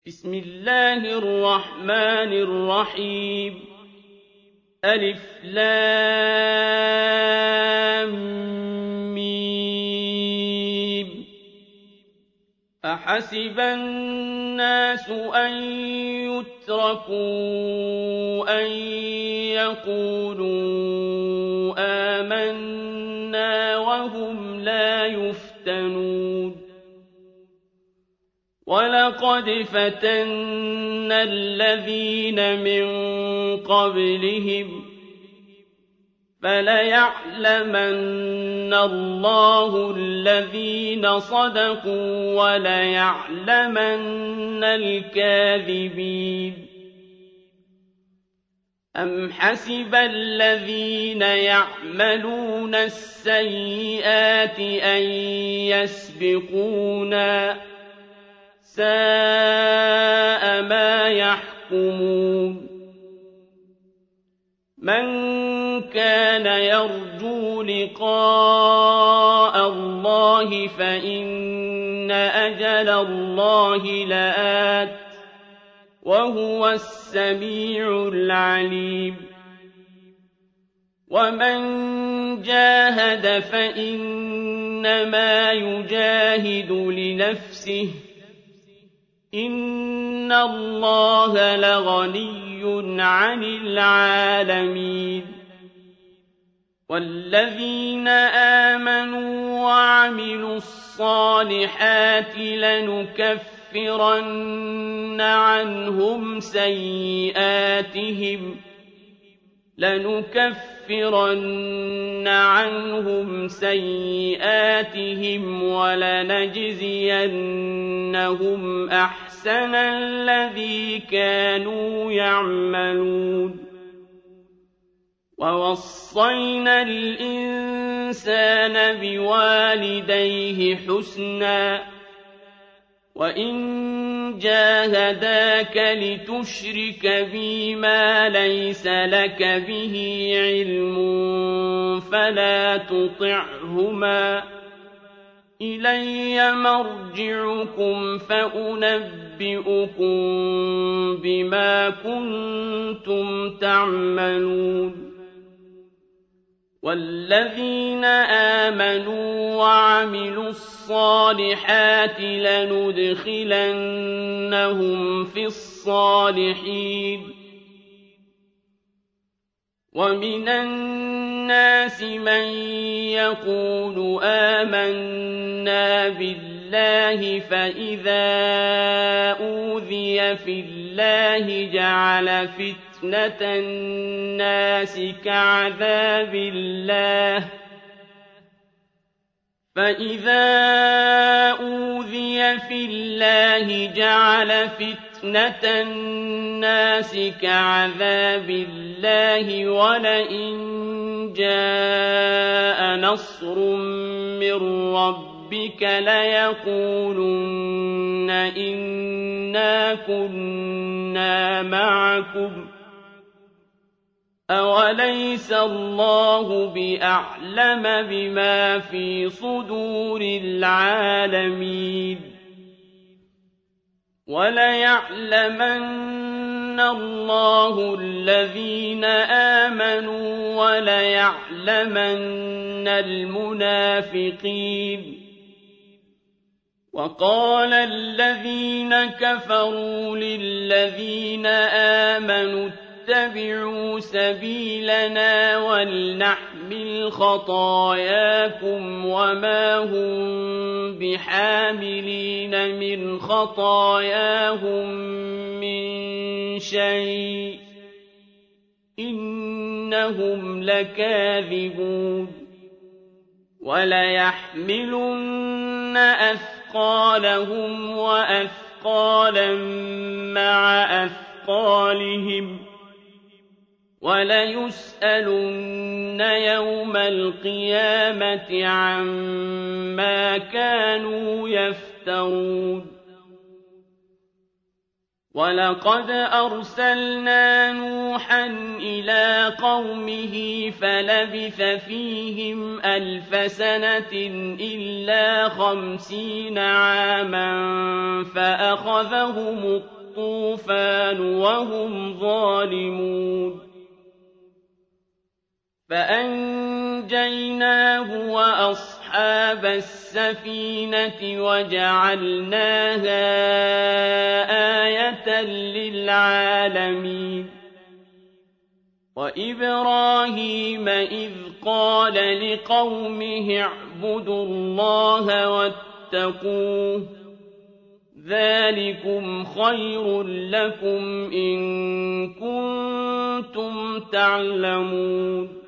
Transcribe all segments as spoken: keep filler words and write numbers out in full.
بسم الله الرحمن الرحيم ألف لام ميم أحسب الناس أن يتركوا أن يقولوا آمنا وهم لا يفتنون ولقد فتنا الذين من قبلهم فليعلمن الله الذين صدقوا وليعلمن الكاذبين أم حسب الذين يعملون السيئات أن يسبقونا ساء ما يحكمون من كان يرجو لقاء الله فإن أجل الله لآت وهو السميع العليم ومن جاهد فإنما يجاهد لنفسه إن الله لغني عن العالمين والذين آمنوا وعملوا الصالحات لنكفرن عنهم سيئاتهم لنكفرن عنهم سيئاتهم ولنجزينهم أحسن الذي كانوا يعملون ووصينا الإنسان بوالديه حسنا وإن جاهداك لتشرك بي ما ليس لك به علم فلا تطعهما إلي مرجعكم فأنبئكم بما كنتم تعملون والذين آمنوا وعملوا الصالحات لندخلنهم في الصالحين ومن الناس من يقول آمنا بالله فإذا أوذي في الله جعل فتنة الناس كعذاب الله فإذا أوذي في الله جعل فتنة الناس كعذاب الله ولئن جاء نصر من ربك ليقولن إنا كنا معكم أوليس الله بأعلم بما في صدور العالمين وليعلمن الله الذين آمنوا وليعلمن المنافقين وقال الذين كفروا للذين آمنوا اتبعوا سبيلنا ولنحمل خطاياكم وما هم بحاملين من خطاياهم من شيء إنهم لكاذبون وليحملن أثقالهم وأثقالا مع أثقالهم وليسألن يوم القيامة عما كانوا يفترون ولقد أرسلنا نوحا إلى قومه فلبث فيهم ألف سنة إلا خمسين عاما فأخذهم الطوفان وهم ظالمون فأنجيناه وأصحاب السفينة وجعلناها آية للعالمين وإبراهيم إذ قال لقومه اعبدوا الله واتقوه ذلكم خير لكم إن كنتم تعلمون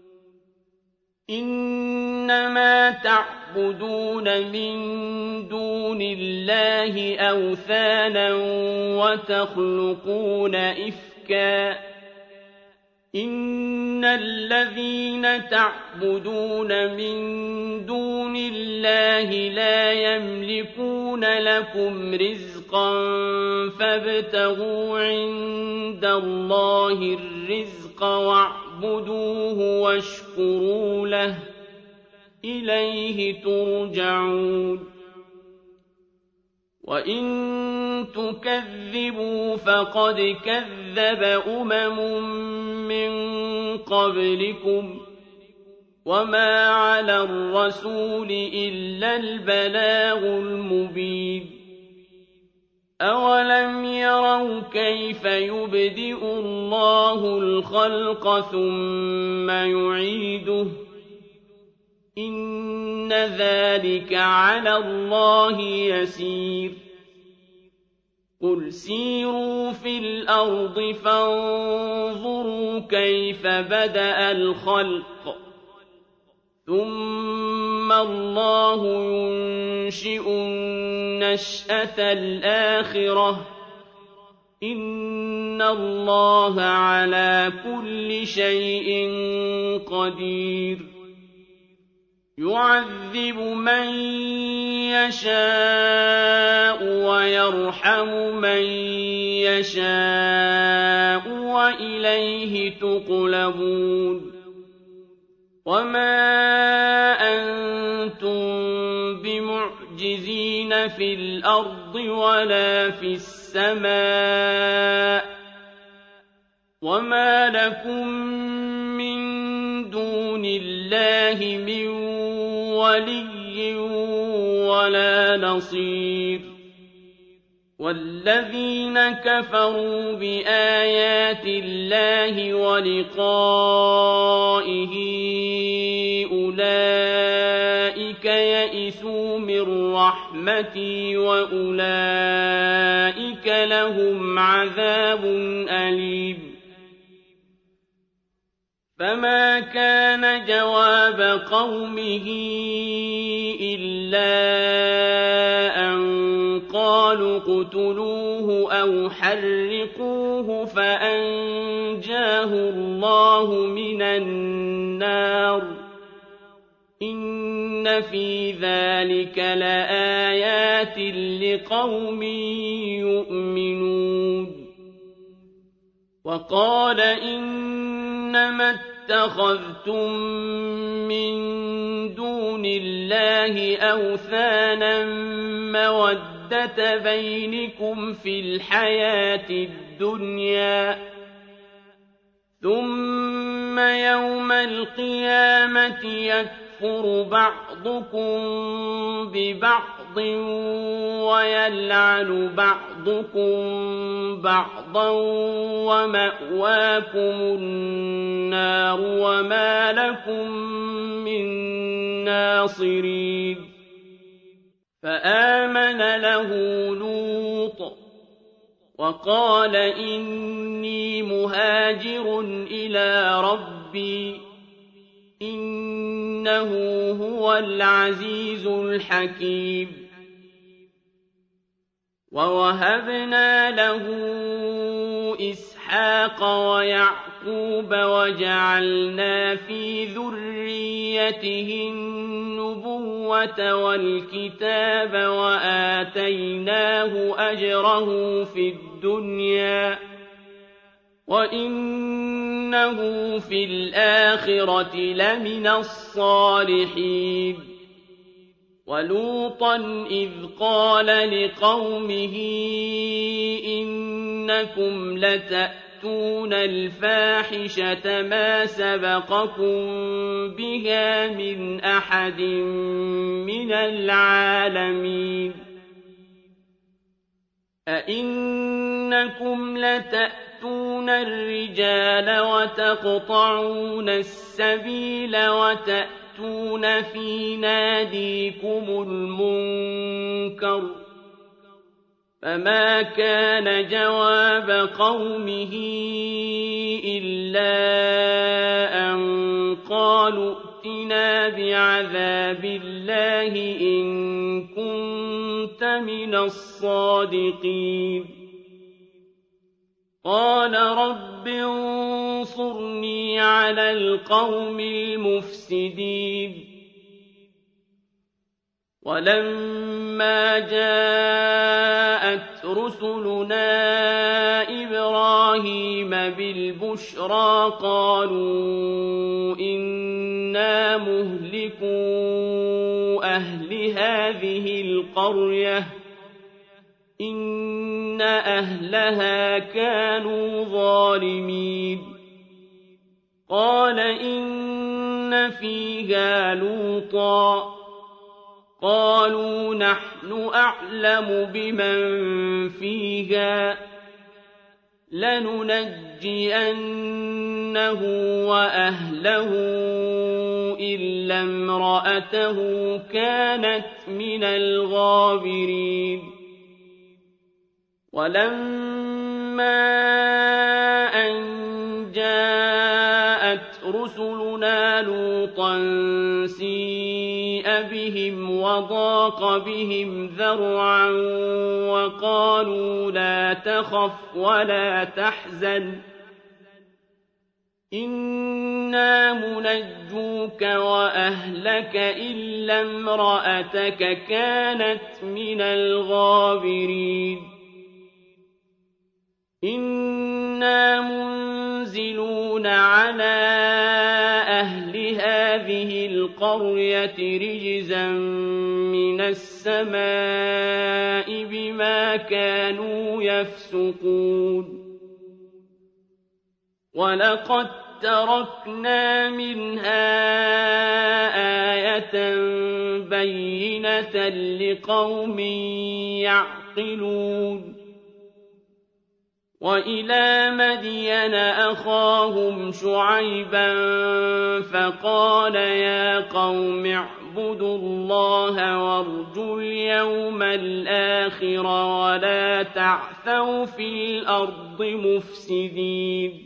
إنما تعبدون من دون الله أوثانا وتخلقون إفكا إن الذين تعبدون من دون الله لا يملكون لكم رزقا فابتغوا عند الله الرزق واعبدوه واشكروا له إليه ترجعون وإن تكذبوا فقد كذب أمم من قبلكم وما على الرسول إلا البلاغ المبين أولم يروا كيف يبدئ الله الخلق ثم يعيده إن ذلك على الله يسير قل سيروا في الأرض فانظروا كيف بدأ الخلق ثم الله ينشئ النشأة الآخرة إن الله على كل شيء قدير يعذب من يشاء ويرحم من يشاء وإليه تقلبون وما أنتم بمعجزين في الأرض ولا في السماء وما لكم من دون الله من ولي ولا نصير والذين كفروا بآيات الله ولقائه أولئك يئسوا من رحمتي وأولئك لهم عذاب أليم فما كان جواب قومه إلا أن قالوا اقتلوه أو حرقوه فأنجاه الله من النار إن في ذلك لآيات لقوم يؤمنون وقال إنما اتخذتم من دون الله أوثانا مودة بينكم في الحياة الدنيا ثم يوم القيامة يكفر بعضكم ببعض ويلعن بعضكم بعضا ومأواكم النار وما لكم من ناصرين فآمن له لوط وقال إني مهاجر إلى ربي إنه هو العزيز الحكيم ووهبنا له إسحاق ويعقوب وجعلنا في ذريته النبوة والكتاب وآتيناه أجره في الدنيا وإنه في الآخرة لمن الصالحين ولوطا إذ قال لقومه إن إنكم لتأتون الفاحشة ما سبقكم بها من أحد من العالمين أئنكم لتأتون الرجال وتقطعون السبيل وتأتون في ناديكم المنكر فما كان جواب قومه إلا أن قالوا ائتنا بعذاب الله إن كنت من الصادقين قال رب انصرني على القوم المفسدين ولما جاءت رسلنا إبراهيم بالبشرى قالوا إنا مهلكو أهل هذه القرية إن أهلها كانوا ظالمين قال إن فيها لوطا قالوا نحن أعلم بمن فيها لننجينه وأهله إلا امرأته كانت من الغابرين ولما أن جاءت رسلنا لوطا سيء بهم وضاق بهم ذرعا وقالوا لا تخف ولا تحزن إنا منجوك وأهلك إلا امرأتك كانت من الغابرين إنا منزلون على أهل هذه القرية رجزا من السماء بما كانوا يفسقون ولقد تركنا منها آية بينة لقوم يعقلون وإلى مدين أخاهم شعيبا فقال يا قوم اعبدوا الله وارجوا اليوم الآخر ولا تعثوا في الأرض مفسدين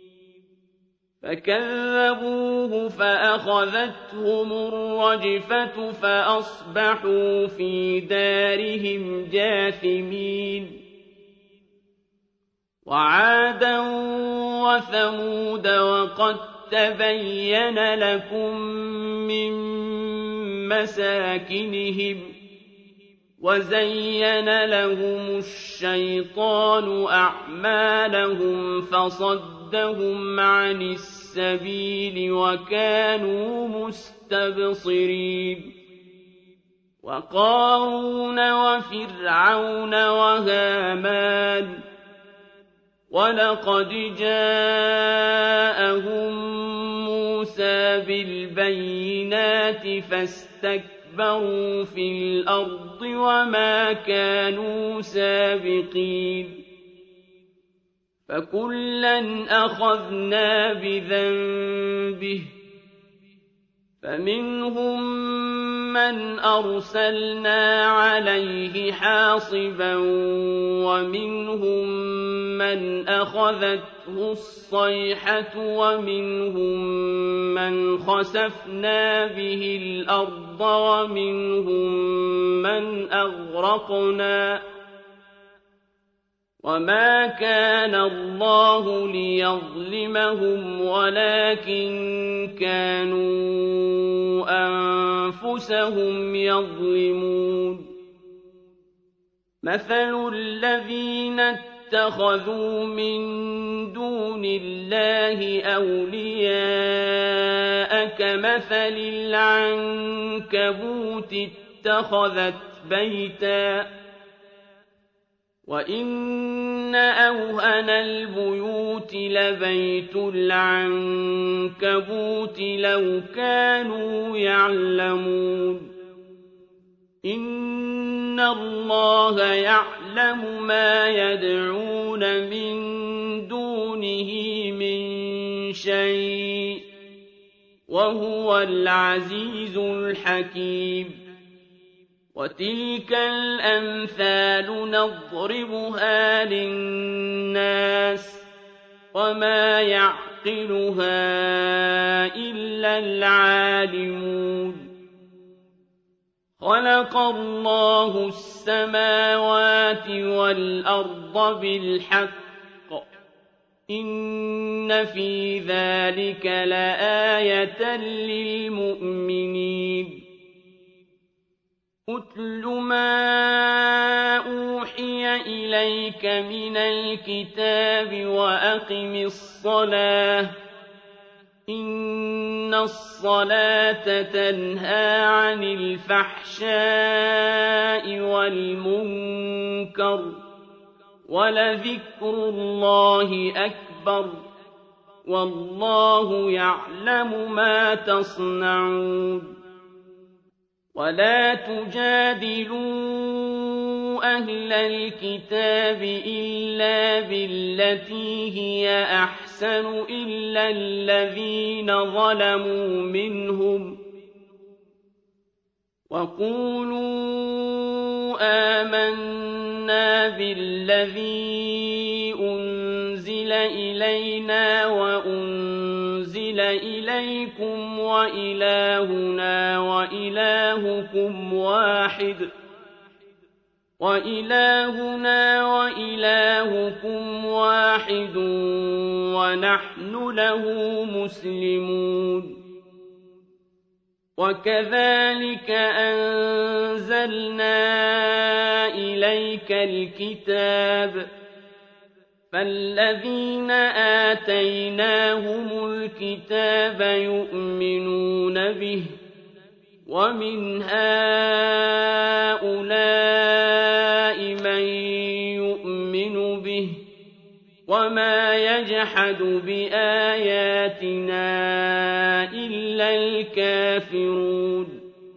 فكذبوه فأخذتهم الرجفة فأصبحوا في دارهم جاثمين وعادا وثمود وقد تبين لكم من مساكنهم وزين لهم الشيطان أعمالهم فصدهم عن السبيل وكانوا مستبصرين وقارون وفرعون وهامان ولقد جاءهم موسى بالبينات فاستكبروا في الأرض وما كانوا سابقين فكلا أخذنا بذنبه فمنهم من أرسلنا عليه حاصبا ومنهم من أخذته الصيحة ومنهم من خسفنا به الأرض ومنهم من أغرقنا وما كان الله ليظلمهم ولكن كانوا أنفسهم يظلمون مثل الذين اتخذوا من دون الله أولياء كمثل العنكبوت اتخذت بيتا وَإِنَّ أَوْهَنَ الْبُيُوتِ لَبَيْتُ الْعَنكَبُوتِ لَوْ كَانُوا يَعْلَمُونَ إِنَّ اللَّهَ يَعْلَمُ مَا يَدْعُونَ مِن دُونِهِ مِن شَيْءٍ ۚ وَهُوَ الْعَزِيزُ الْحَكِيمُ وَتِلْكَ الْأَمْثَالُ نَضْرِبُهَا لِلنَّاسِ وَمَا يَعْقِلُهَا إِلَّا الْعَالِمُونَ خَلَقَ اللَّهُ السَّمَاوَاتِ وَالْأَرْضَ بِالْحَقِّ ۚ إِنَّ فِي ذَٰلِكَ لَآيَةً لِّلْمُؤْمِنِينَ اتْلُ مَا أُوحِيَ إِلَيْكَ مِنَ الْكِتَابِ وَأَقِمِ الصَّلَاةَ ۖ إِنَّ الصَّلَاةَ تَنْهَىٰ عَنِ الْفَحْشَاءِ وَالْمُنكَرِ ۗ وَلَذِكْرُ اللَّهِ أَكْبَرُ ۗ وَاللَّهُ يَعْلَمُ مَا تَصْنَعُونَ وَلَا تُجَادِلُوا أَهْلَ الْكِتَابِ إِلَّا بِالَّتِي هِيَ أَحْسَنُ إِلَّا الَّذِينَ ظَلَمُوا مِنْهُمْ ۖ وَقُولُوا آمَنَّا بِالَّذِي أُنزِلَ إِلَيْنَا وَأُنزِلَ إِلَيْكُمْ وَإِلَٰهُنَا وَإِلَٰهُكُمْ وَاحِدٌ وَإِلَٰهُنَا وَإِلَٰهُكُمْ وَاحِدٌ وَنَحْنُ لَهُ مُسْلِمُونَ وَكَذَٰلِكَ أَنزَلْنَا إِلَيْكَ الْكِتَابَ ۚ فَالَّذِينَ آتَيْنَاهُمُ الْكِتَابَ يُؤْمِنُونَ بِهِ ۖ وَمِنْ هَٰؤُلَاءِ مَن يُؤْمِنُ بِهِ ۚ وَمَا يَجْحَدُ بِآيَاتِنَا إِلَّا الْكَافِرُونَ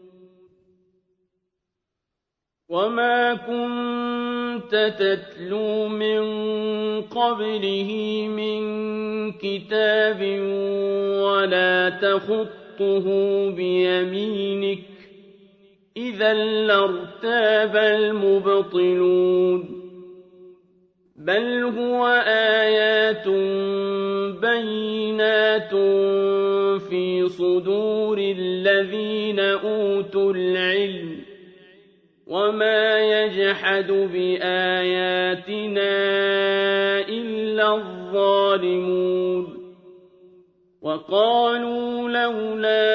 وَمَا كُنتَ تَتْلُو مِن قَبْلِهِ مِن كِتَابٍ وَلَا تَخُطُّهُ بِيَمِينِكَ ۖ إِذًا لَّارْتَابَ الْمُبْطِلُونَ بَلْ هُوَ آيَاتٌ بَيِّنَاتٌ فِي صُدُورِ الَّذِينَ أُوتُوا الْعِلْمَ ۚ وَمَا يَجْحَدُ بِآيَاتِنَا إِلَّا الظَّالِمُونَ وَقَالُوا لَوْلَا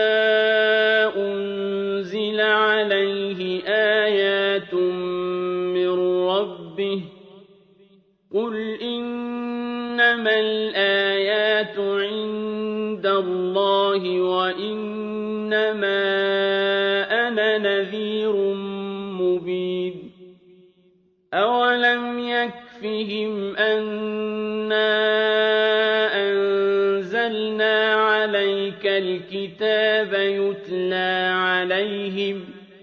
أُنزِلَ عَلَيْهِ آيَاتٌ مِّن رَّبِّهِ ۖ قُلْ إِنَّمَا الْآيَاتُ عِندَ اللَّهِ وَإِنَّمَا أَنَا نَذِيرٌ مُّبِينٌ أَوَلَمْ يَكْفِهِمْ أَنَّا أَنزَلْنَا عَلَيْكَ الْكِتَابَ يُتْلَىٰ عَلَيْهِمْ ۚ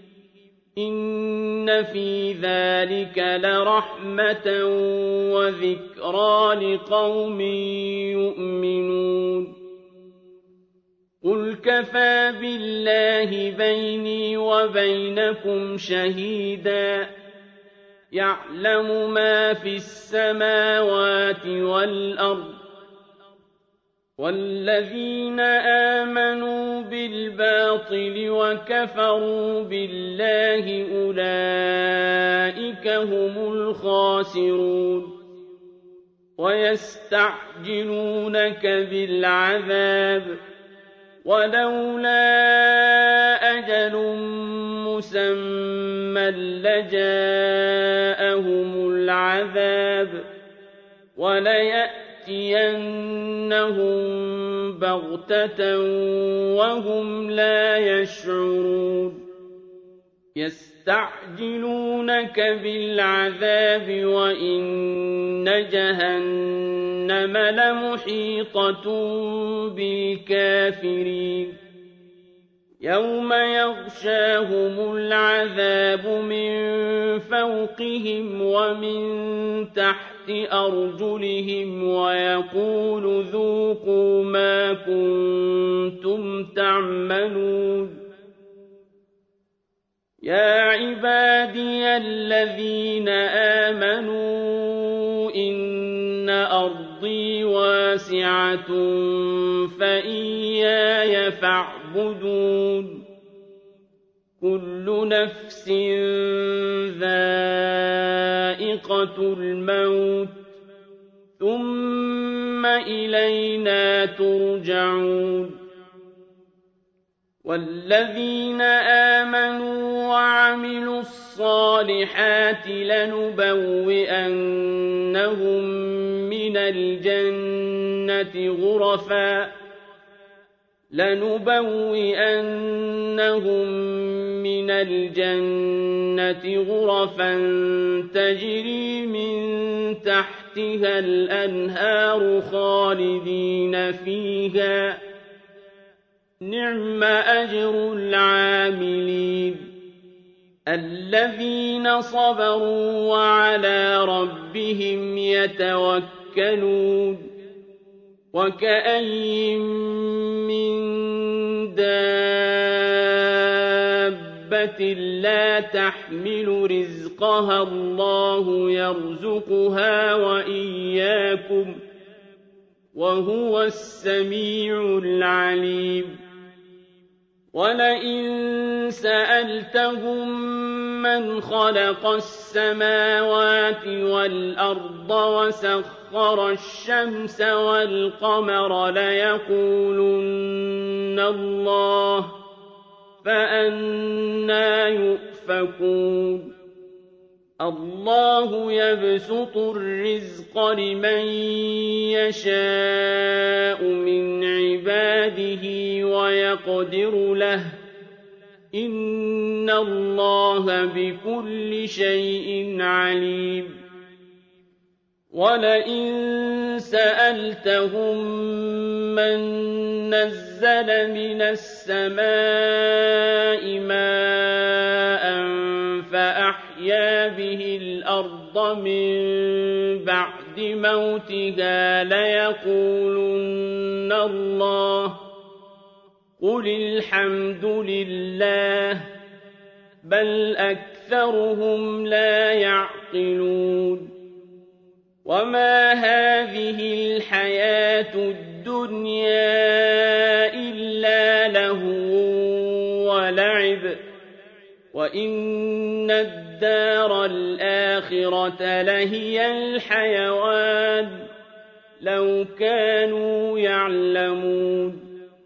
إِنَّ فِي ذَٰلِكَ لَرَحْمَةً وَذِكْرَىٰ لِقَوْمٍ يُؤْمِنُونَ قُلْ كَفَىٰ بِاللَّهِ بَيْنِي وَبَيْنَكُمْ شَهِيدًا يَعْلَمُ مَا فِي السَّمَاوَاتِ وَالْأَرْضِ ۗ وَالَّذِينَ آمَنُوا بِالْبَاطِلِ وَكَفَرُوا بِاللَّهِ أُولَٰئِكَ هُمُ الْخَاسِرُونَ وَيَسْتَعْجِلُونَكَ بِالْعَذَابِ ۚ وَلَوْلَا أَجَلٌ مُّسَمًّى لَّجَاءَهُمُ الْعَذَابُ وَلَيَأْتِيَنَّهُم بَغْتَةً وَهُمْ لَا يَشْعُرُونَ يستعجلونك بالعذاب وإن جهنم لمحيطة بالكافرين يوم يغشاهم العذاب من فوقهم ومن تحت أرجلهم ويقول ذوقوا ما كنتم تعملون يا عبادي الذين آمنوا إن أرضي واسعة فإياي فاعبدون كل نفس ذائقة الموت ثم إلينا ترجعون والذين آمنوا وعملوا الصالحات لنبوئنهم من الجنة غرفا لنبوئنهم من الجنة غرفا تجري من تحتها الأنهار خالدين فيها نعم أجر العاملين الذين صبروا وعلى ربهم يتوكلون وكأين من دابة لا تحمل رزقها الله يرزقها وإياكم وهو السميع العليم ولئن سألتهم من خلق السماوات والأرض وسخر الشمس والقمر ليقولن الله فأنى يؤفكون الله يبسط الرزق لمن يشاء من عباده ويقدر له إن الله بكل شيء عليم ولئن سألتهم من نزل من السماء ماء فأحيا به الأرض من بعد موتها ليقولن الله قل الحمد لله بل أكثرهم لا يعقلون وما هذه الحياة الدنيا إلا لهو ولعب وإن الدار الآخرة لهي الحيوان لو كانوا يعلمون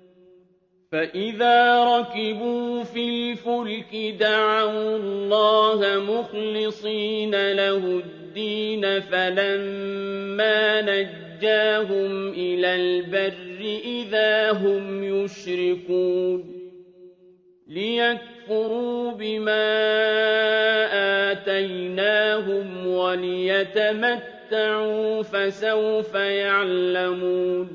فإذا ركبوا في الفلك دعوا الله مخلصين له الدين فلما نجاهم إلى البر إذا هم يشركون ليكفروا بما آتيناهم وليتمتعوا فسوف يعلمون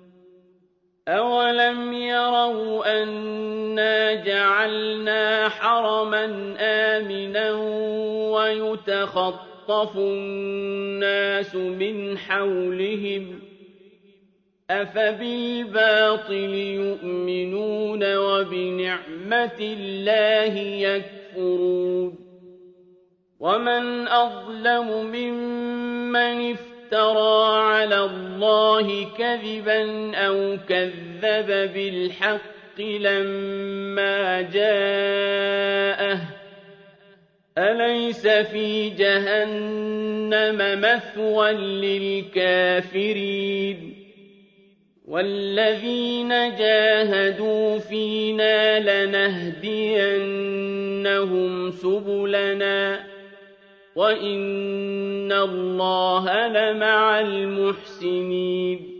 أولم يروا أنا جعلنا حرما آمنا ويتخطف الناس من حولهم أفبالباطل يؤمنون وبنعمة الله يكفرون ومن أظلم ممن افترى على الله كذبا أو كذب بالحق لما جاءه أليس في جهنم مثوى للكافرين والذين جاهدوا فينا لنهدينهم سبلنا وإن الله لمع المحسنين